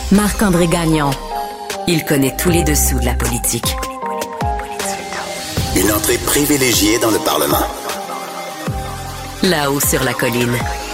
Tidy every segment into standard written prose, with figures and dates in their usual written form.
Marc-André Gagnon. Il connaît tous les dessous de la politique. Une entrée privilégiée dans le Parlement. Là-haut sur la colline.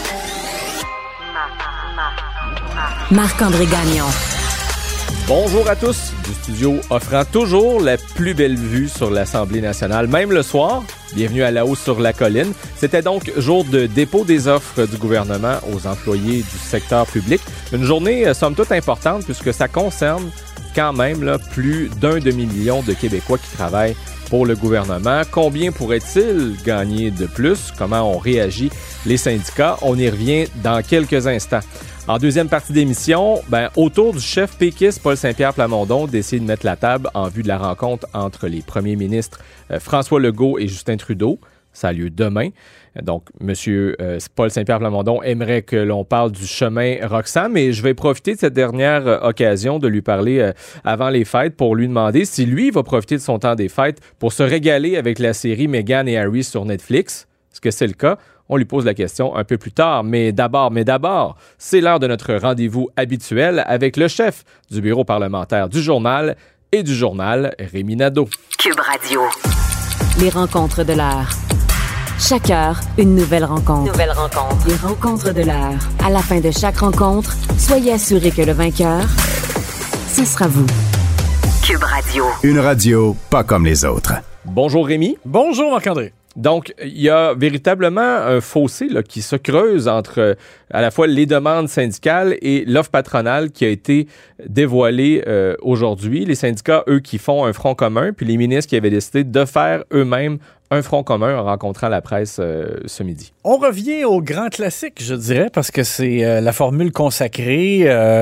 Marc-André Gagnon. Bonjour à tous, du studio offrant toujours la plus belle vue sur l'Assemblée nationale, même le soir. Bienvenue à Là-haut sur la colline. C'était donc jour de dépôt des offres du gouvernement aux employés du secteur public. Une journée, somme toute, importante puisque ça concerne quand même plus d'un demi-million de Québécois qui travaillent pour le gouvernement. Combien pourrait-il gagner de plus? Comment ont réagi les syndicats? On y revient dans quelques instants. En deuxième partie d'émission, autour du chef péquiste Paul Saint-Pierre Plamondon décide de mettre la table en vue de la rencontre entre les premiers ministres François Legault et Justin Trudeau. Ça a lieu demain. Donc, M. Paul Saint-Pierre Plamondon aimerait que l'on parle du chemin Roxham, mais je vais profiter de cette dernière occasion de lui parler avant les fêtes pour lui demander si lui va profiter de son temps des fêtes pour se régaler avec la série Meghan et Harry sur Netflix. Est-ce que c'est le cas? On lui pose la question un peu plus tard. Mais d'abord, c'est l'heure de notre rendez-vous habituel avec le chef du bureau parlementaire du Journal et du Journal, Rémi Nadeau. Cube Radio. Les rencontres de l'heure. Chaque heure, une nouvelle rencontre. Les rencontres de l'heure. À la fin de chaque rencontre, soyez assurés que le vainqueur, ce sera vous. Cube Radio. Une radio pas comme les autres. Bonjour Rémi. Bonjour Marc-André. Donc, il y a véritablement un fossé qui se creuse entre à la fois les demandes syndicales et l'offre patronale qui a été dévoilée aujourd'hui. Les syndicats, eux, qui font un front commun, puis les ministres qui avaient décidé de faire eux-mêmes un front commun en rencontrant la presse ce midi. On revient au grand classique, je dirais, parce que c'est la formule consacrée.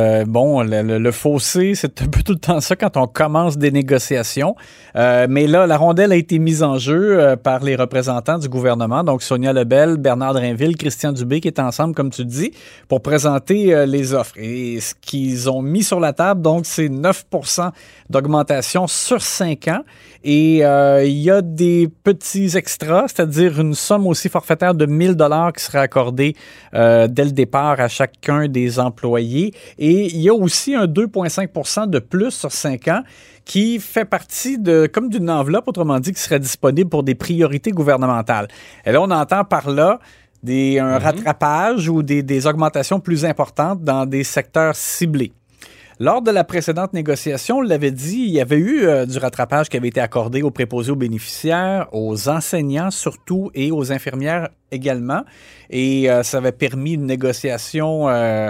Le fossé, c'est un peu tout le temps ça quand on commence des négociations. Mais là, la rondelle a été mise en jeu par les représentants du gouvernement, donc Sonia Lebel, Bernard Drinville, Christian Dubé, qui est ensemble, comme tu dis, pour présenter les offres. Et ce qu'ils ont mis sur la table, donc, c'est 9% d'augmentation sur 5 ans. Et il y a des petits extras, c'est-à-dire une somme aussi forfaitaire de 1 000 $ qui sera accordée dès le départ à chacun des employés. Et il y a aussi un 2,5% de plus sur 5 ans qui fait partie comme d'une enveloppe, autrement dit, qui serait disponible pour des priorités gouvernementales. Et là, on entend par là un rattrapage ou des augmentations plus importantes dans des secteurs ciblés. Lors de la précédente négociation, on l'avait dit, il y avait eu du rattrapage qui avait été accordé aux préposés aux bénéficiaires, aux enseignants surtout et aux infirmières également. Et ça avait permis une négociation,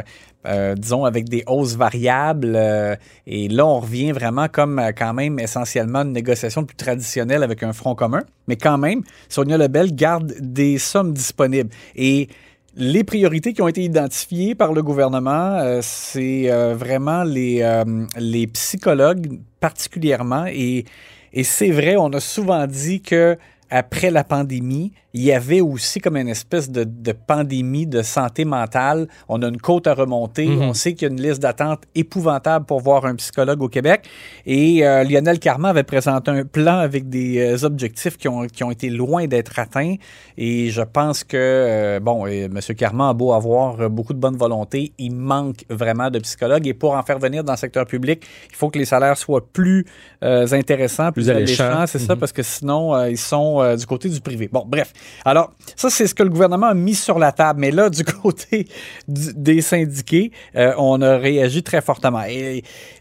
avec des hausses variables. Et là, on revient vraiment comme quand même essentiellement une négociation plus traditionnelle avec un front commun. Mais quand même, Sonia Lebel garde des sommes disponibles. Et les priorités qui ont été identifiées par le gouvernement, c'est vraiment les psychologues particulièrement. Et c'est vrai, on a souvent dit que après la pandémie, il y avait aussi comme une espèce de pandémie de santé mentale. On a une côte à remonter. On sait qu'il y a une liste d'attente épouvantable pour voir un psychologue au Québec. Et Lionel Carman avait présenté un plan avec des objectifs qui ont été loin d'être atteints. Et je pense que, M. Carman a beau avoir beaucoup de bonne volonté, il manque vraiment de psychologues. Et pour en faire venir dans le secteur public, il faut que les salaires soient plus intéressants, plus alléchants. C'est ça, parce que sinon, ils sont du côté du privé. Bon, bref. Alors, ça, c'est ce que le gouvernement a mis sur la table. Mais là, du côté des syndiqués, on a réagi très fortement. Et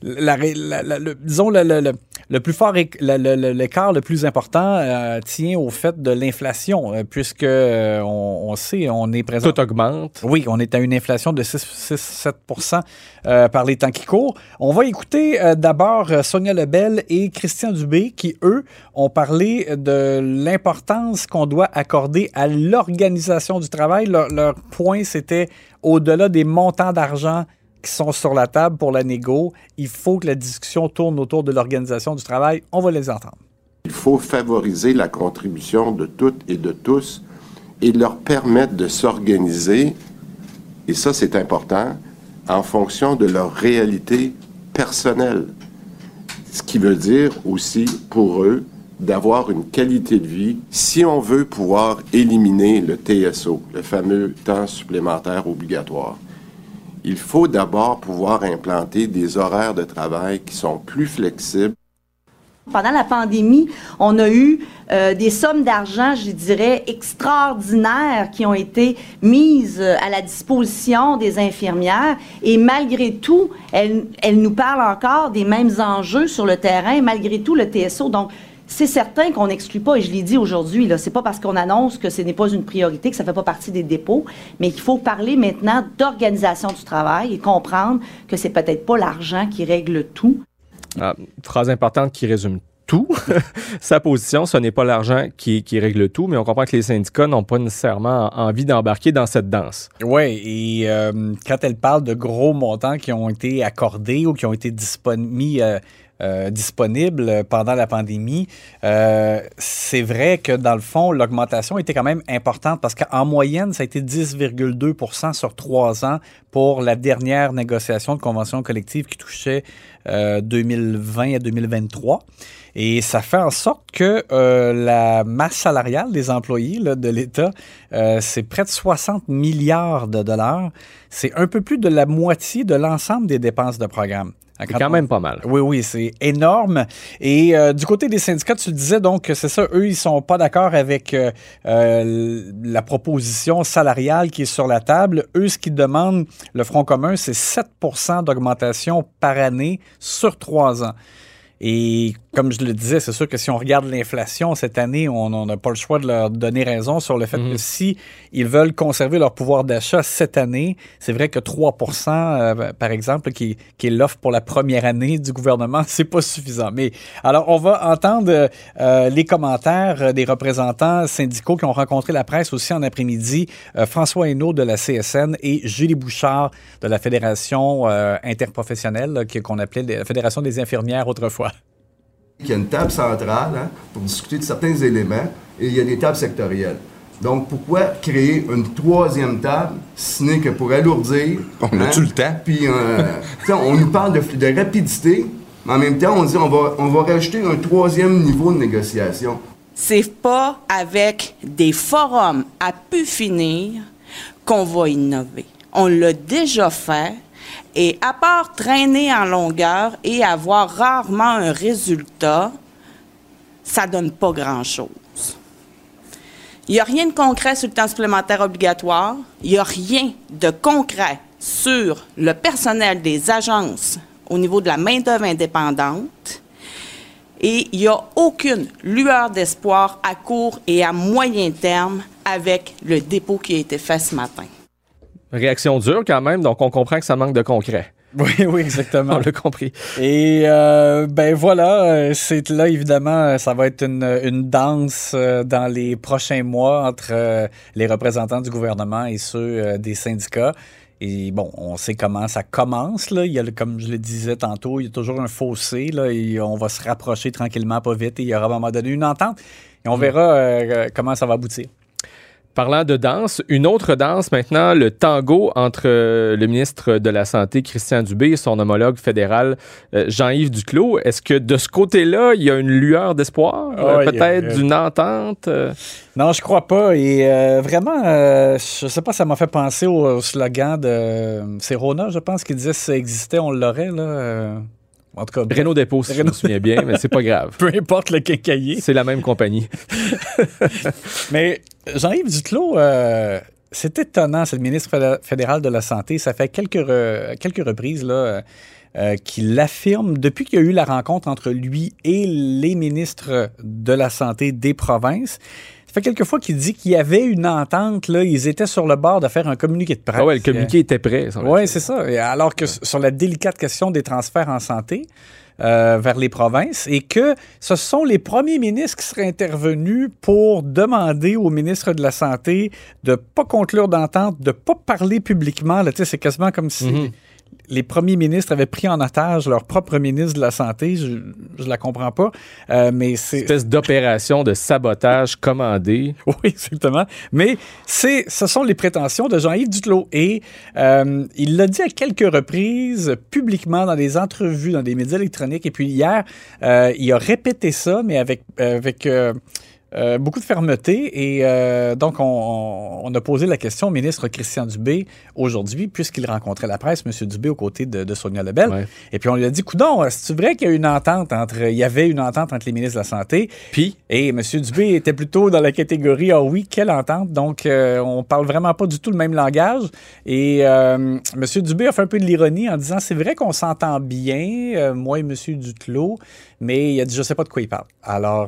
le plus fort, l'écart le plus important tient au fait de l'inflation, puisque on sait, on est présent. Tout augmente. Oui, on est à une inflation de 6-7% par les temps qui courent. On va écouter d'abord Sonia Lebel et Christian Dubé qui, eux, ont parlé de l'importance qu'on doit accorder à l'organisation du travail. Leur point, c'était au-delà des montants d'argent qui sont sur la table pour la négo, il faut que la discussion tourne autour de l'organisation du travail. On va les entendre. Il faut favoriser la contribution de toutes et de tous et leur permettre de s'organiser, et ça c'est important, en fonction de leur réalité personnelle. Ce qui veut dire aussi pour eux d'avoir une qualité de vie si on veut pouvoir éliminer le TSO, le fameux temps supplémentaire obligatoire. il faut d'abord pouvoir implanter des horaires de travail qui sont plus flexibles. Pendant la pandémie, on a eu des sommes d'argent, je dirais, extraordinaires qui ont été mises à la disposition des infirmières. Et malgré tout, elles nous parlent encore des mêmes enjeux sur le terrain, malgré tout le TSO. Donc, c'est certain qu'on n'exclut pas, et je l'ai dit aujourd'hui, là, c'est pas parce qu'on annonce que ce n'est pas une priorité, que ça fait pas partie des dépôts, mais qu'il faut parler maintenant d'organisation du travail et comprendre que c'est peut-être pas l'argent qui règle tout. Phrase importante qui résume tout. Sa position, ce n'est pas l'argent qui règle tout, mais on comprend que les syndicats n'ont pas nécessairement envie d'embarquer dans cette danse. Oui, et quand elle parle de gros montants qui ont été accordés ou qui ont été disponibles pendant la pandémie, c'est vrai que dans le fond, l'augmentation était quand même importante parce qu'en moyenne, ça a été 10,2 sur 3 ans pour la dernière négociation de convention collective qui touchait 2020 à 2023. Et ça fait en sorte que la masse salariale des employés là, de l'État, c'est près de 60 milliards de dollars. C'est un peu plus de la moitié de l'ensemble des dépenses de programme. C'est quand même pas mal. Oui, c'est énorme. Et du côté des syndicats, tu le disais, donc, c'est ça, eux, ils sont pas d'accord avec la proposition salariale qui est sur la table. Eux, ce qu'ils demandent, le Front commun, c'est 7 % d'augmentation par année sur 3 ans. Et comme je le disais, c'est sûr que si on regarde l'inflation cette année, on n'a pas le choix de leur donner raison sur le fait que si ils veulent conserver leur pouvoir d'achat cette année, c'est vrai que 3 % par exemple, qui est l'offre pour la première année du gouvernement, c'est pas suffisant. Mais alors, on va entendre les commentaires des représentants syndicaux qui ont rencontré la presse aussi en après-midi. François Hainaut de la CSN et Julie Bouchard de la Fédération interprofessionnelle, qu'on appelait la Fédération des infirmières autrefois. Il y a une table centrale pour discuter de certains éléments et il y a des tables sectorielles. Donc, pourquoi créer une troisième table, si ce n'est que pour alourdir? On a tout le temps. Puis, on nous parle de rapidité, mais en même temps, on dit on va rajouter un troisième niveau de négociation. C'est pas avec des forums à pu finir qu'on va innover. On l'a déjà fait. Et à part traîner en longueur et avoir rarement un résultat, ça donne pas grand-chose. Il n'y a rien de concret sur le temps supplémentaire obligatoire. Il n'y a rien de concret sur le personnel des agences au niveau de la main-d'œuvre indépendante. Et il n'y a aucune lueur d'espoir à court et à moyen terme avec le dépôt qui a été fait ce matin. Réaction dure quand même, donc on comprend que ça manque de concret. Oui, exactement. On l'a compris. Et voilà, c'est là évidemment, ça va être une danse dans les prochains mois entre les représentants du gouvernement et ceux des syndicats. Et bon, on sait comment ça commence, là. Il y a, comme je le disais tantôt, il y a toujours un fossé, là, et on va se rapprocher tranquillement, pas vite, et il y aura à un moment donné une entente. Et on verra comment ça va aboutir. Parlant de danse, une autre danse maintenant, le tango entre le ministre de la Santé, Christian Dubé, et son homologue fédéral, Jean-Yves Duclos. Est-ce que de ce côté-là, il y a une lueur d'espoir? Peut-être d'une entente? Non, je crois pas. Et vraiment, je sais pas, ça m'a fait penser au slogan de... C'est Rona, je pense, qui disait « Si ça existait, on l'aurait », là. En tout cas, Renaud Dépôt, si je me souviens bien, mais c'est pas grave. Peu importe le quincaillier. C'est la même compagnie. Mais Jean-Yves Duclos, c'est étonnant, c'est le ministre fédéral de la Santé. Ça fait quelques reprises là, qu'il affirme, depuis qu'il y a eu la rencontre entre lui et les ministres de la Santé des provinces, ça fait quelques fois qu'il dit qu'il y avait une entente, là, ils étaient sur le bord de faire un communiqué de presse. Ah ouais, le communiqué était prêt. Oui, c'est ça. Alors que sur la délicate question des transferts en santé vers les provinces, et que ce sont les premiers ministres qui seraient intervenus pour demander au ministre de la Santé de ne pas conclure d'entente, de ne pas parler publiquement. Là, c'est quasiment comme si... Les premiers ministres avaient pris en otage leur propre ministre de la Santé. Je la comprends pas, mais c'est... Une espèce d'opération de sabotage commandée. Oui, exactement. Mais ce sont les prétentions de Jean-Yves Duclos. Et il l'a dit à quelques reprises, publiquement, dans des entrevues, dans des médias électroniques. Et puis hier, il a répété ça, mais avec beaucoup de fermeté et donc on a posé la question au ministre Christian Dubé aujourd'hui, puisqu'il rencontrait la presse, M. Dubé, aux côtés de Sonia Lebel. Ouais. Et puis on lui a dit, coudonc, c'est vrai qu'il y a il y avait une entente entre les ministres de la Santé? Puis, et M. Dubé était plutôt dans la catégorie, ah oui, quelle entente? Donc, on parle vraiment pas du tout le même langage. Et M. Dubé a fait un peu de l'ironie en disant, c'est vrai qu'on s'entend bien, moi et M. Duclos, mais il a dit, je sais pas de quoi il parle. Alors,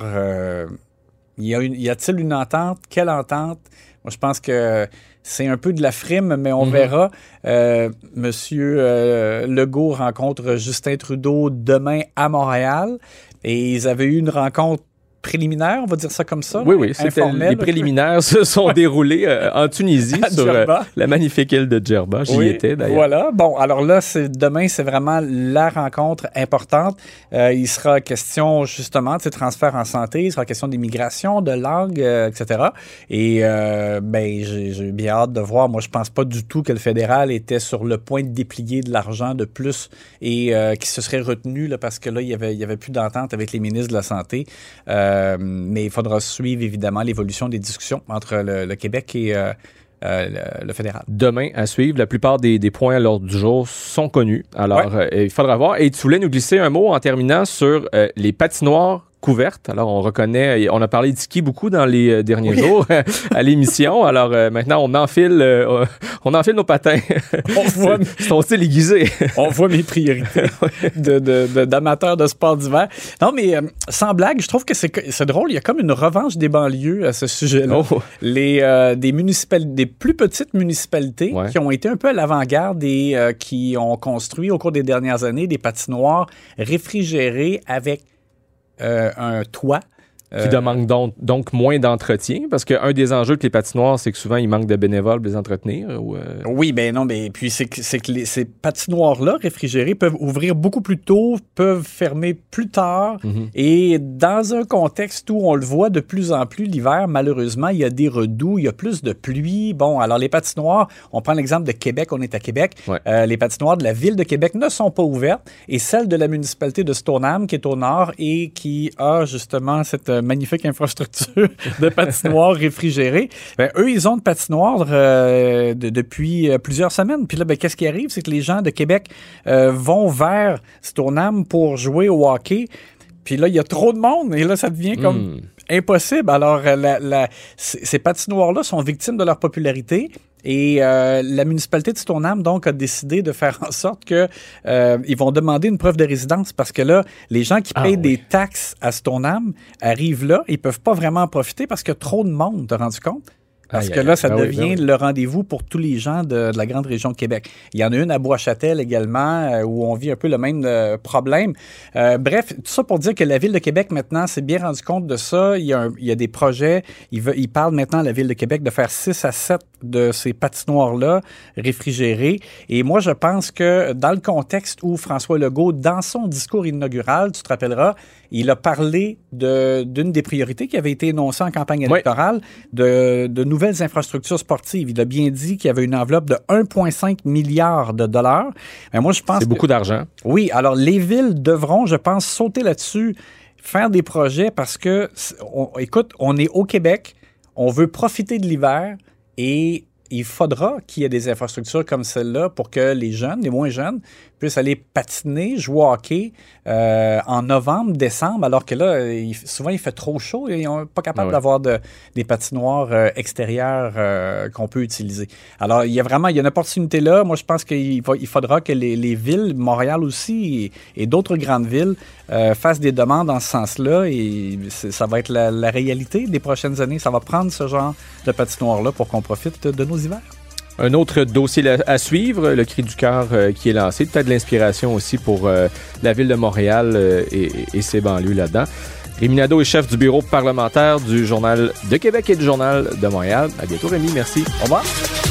y a-t-il une entente? Quelle entente? Moi, je pense que c'est un peu de la frime, mais on verra. Monsieur Legault rencontre Justin Trudeau demain à Montréal et ils avaient eu une rencontre préliminaires, on va dire ça comme ça. Oui, les préliminaires se sont déroulés en Tunisie sur la magnifique île de Djerba. J'y étais d'ailleurs. Voilà. Bon, alors là, demain, c'est vraiment la rencontre importante. Il sera question justement de ces transferts en santé, il sera question d'immigration, de langue, etc. Et j'ai bien hâte de voir. Moi, je pense pas du tout que le fédéral était sur le point de déplier de l'argent de plus et qui se serait retenu là, parce que là, il y avait plus d'entente avec les ministres de la Santé. Mais il faudra suivre, évidemment, l'évolution des discussions entre le Québec et le fédéral. Demain, à suivre, la plupart des points à l'ordre du jour sont connus. Alors, il faudra voir. Et tu voulais nous glisser un mot en terminant sur les patinoires couvertes. Alors, on a parlé de ski beaucoup dans les derniers jours à l'émission. Alors, maintenant, on enfile nos patins. C'est ton style aiguisé. On voit mes priorités d'amateurs de sport d'hiver. Non, mais sans blague, je trouve que c'est drôle. Il y a comme une revanche des banlieues à ce sujet-là. Oh. Des plus petites municipalités qui ont été un peu à l'avant-garde et qui ont construit au cours des dernières années des patinoires réfrigérées avec un toit. Qui demande donc moins d'entretien, parce qu'un des enjeux de les patinoires, c'est que souvent, il manque de bénévoles pour les entretenir. Oui, puis c'est que ces patinoires-là, réfrigérées, peuvent ouvrir beaucoup plus tôt, peuvent fermer plus tard, et dans un contexte où on le voit de plus en plus l'hiver, malheureusement, il y a des redoux, il y a plus de pluie. Bon, alors les patinoires, on prend l'exemple de Québec, on est à Québec, les patinoires de la Ville de Québec ne sont pas ouvertes, et celle de la municipalité de Stoneham, qui est au nord et qui a justement cette magnifique infrastructure de patinoires réfrigérées. Eux, ils ont de patinoires depuis plusieurs semaines. Puis là, qu'est-ce qui arrive? C'est que les gens de Québec vont vers Stoneham pour jouer au hockey. Puis là, il y a trop de monde et là, ça devient comme impossible. Alors, ces patinoires-là sont victimes de leur popularité. Et la municipalité de Stoneham, donc, a décidé de faire en sorte que ils vont demander une preuve de résidence parce que là, les gens qui payent des taxes à Stoneham arrivent là, ils peuvent pas vraiment en profiter parce qu'il y a trop de monde, t'as rendu compte? Parce que là, ça devient le rendez-vous pour tous les gens de la grande région de Québec. Il y en a une à Bois-Châtel également, où on vit un peu le même problème. Bref, tout ça pour dire que la Ville de Québec, maintenant, s'est bien rendu compte de ça. Il y a des projets. Il parle maintenant à la Ville de Québec de faire 6 à 7 de ces patinoires-là réfrigérées. Et moi, je pense que dans le contexte où François Legault, dans son discours inaugural, tu te rappelleras, il a parlé d'une des priorités qui avait été énoncée en campagne électorale, de nouvelles infrastructures sportives. Il a bien dit qu'il y avait une enveloppe de 1,5 milliard de dollars. Mais moi, je pense c'est beaucoup d'argent. Oui, alors les villes devront, je pense, sauter là-dessus, faire des projets parce que, écoute, on est au Québec, on veut profiter de l'hiver et il faudra qu'il y ait des infrastructures comme celle-là pour que les jeunes, les moins jeunes, puissent aller patiner, jouer au hockey en novembre, décembre, alors que là, souvent, il fait trop chaud et ils sont pas capables d'avoir des patinoires extérieures qu'on peut utiliser. Alors, il y a une opportunité là. Moi, je pense qu'il faudra que les villes, Montréal aussi et d'autres grandes villes, fassent des demandes en ce sens-là et ça va être la réalité des prochaines années. Ça va prendre ce genre de patinoire-là pour qu'on profite de nos hivers. Un autre dossier à suivre, le cri du cœur qui est lancé. Peut-être de l'inspiration aussi pour la ville de Montréal et ses banlieues là-dedans. Rémi Nadeau est chef du bureau parlementaire du Journal de Québec et du Journal de Montréal. À bientôt, Rémi. Merci. Au revoir.